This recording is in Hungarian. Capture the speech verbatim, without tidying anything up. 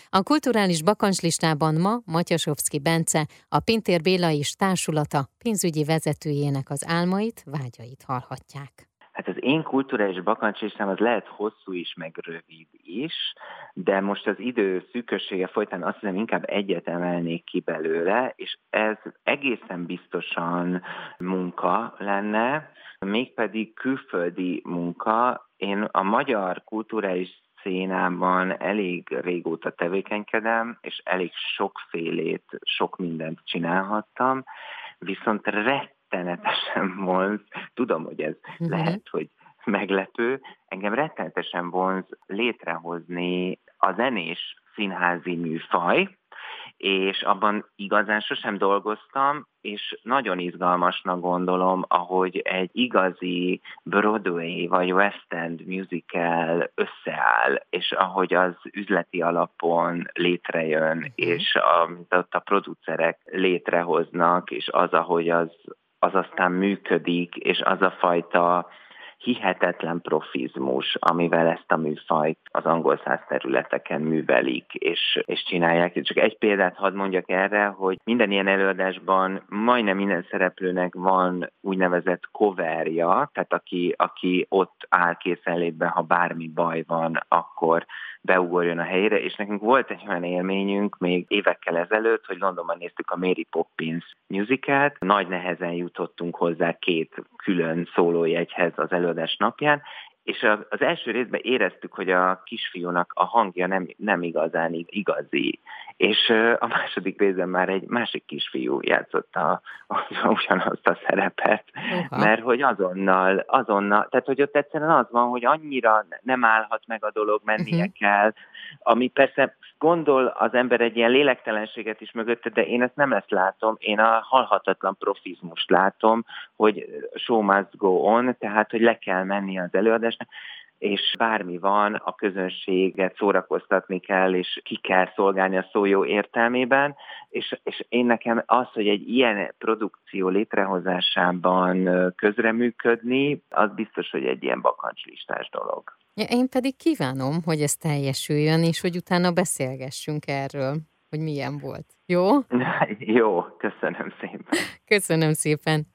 A kulturális bakancslistában ma Matyasovszky Bence, a Pintér Béla és Társulata pénzügyi vezetőjének az álmait, vágyait hallhatják. Hát az én kulturális bakancslistám az lehet hosszú is, meg rövid is, de most az idő szűkössége folytán azt hiszem inkább egyet emelnék ki belőle, és ez egészen biztosan munka lenne, mégpedig külföldi munka. Én a magyar kulturális szénában elég régóta tevékenykedem, és elég sokfélét, sok mindent csinálhattam, viszont rettenetesen vonz, tudom, hogy ez uh-huh. lehet, hogy meglepő, engem rettenetesen vonz létrehozni a zenés színházi műfaj, és abban igazán sosem dolgoztam, és nagyon izgalmasnak gondolom, ahogy egy igazi Broadway vagy West End musical összeáll, és ahogy az üzleti alapon létrejön, mm-hmm. és amit ott a producerek létrehoznak, és az, ahogy az, az aztán működik, és az a fajta hihetetlen profizmus, amivel ezt a műfajt az angol száz területeken művelik és, és csinálják. Csak egy példát hadd mondjak erre, hogy minden ilyen előadásban majdnem minden szereplőnek van úgynevezett coverja, tehát aki, aki ott áll készenlétben, ha bármi baj van, akkor beugorjon a helyére, és nekünk volt egy olyan élményünk még évekkel ezelőtt, hogy Londonban néztük a Mary Poppins musicalt, nagy nehezen jutottunk hozzá két külön szólójegyhez az előadás napján, és az első részben éreztük, hogy a kisfiúnak a hangja nem, nem igazán igazi. És a második részben már egy másik kisfiú játszotta ugyanazt a szerepet, uh-huh. mert hogy azonnal, azonnal, tehát hogy ott egyszerűen az van, hogy annyira nem állhat meg a dolog, mennie uh-huh. kell, ami persze gondol az ember egy ilyen lélektelenséget is mögötte, de én ezt nem ezt látom, én a halhatatlan profizmust látom, hogy show must go on, tehát hogy le kell menni az előadásnak, és bármi van, a közönséget szórakoztatni kell, és ki kell szolgálni a szó jó értelmében, és, és én nekem az, hogy egy ilyen produkció létrehozásában közreműködni, az biztos, hogy egy ilyen bakancslistás dolog. Ja, én pedig kívánom, hogy ez teljesüljön, és hogy utána beszélgessünk erről, hogy milyen volt. Jó? Jó, köszönöm szépen. Köszönöm szépen.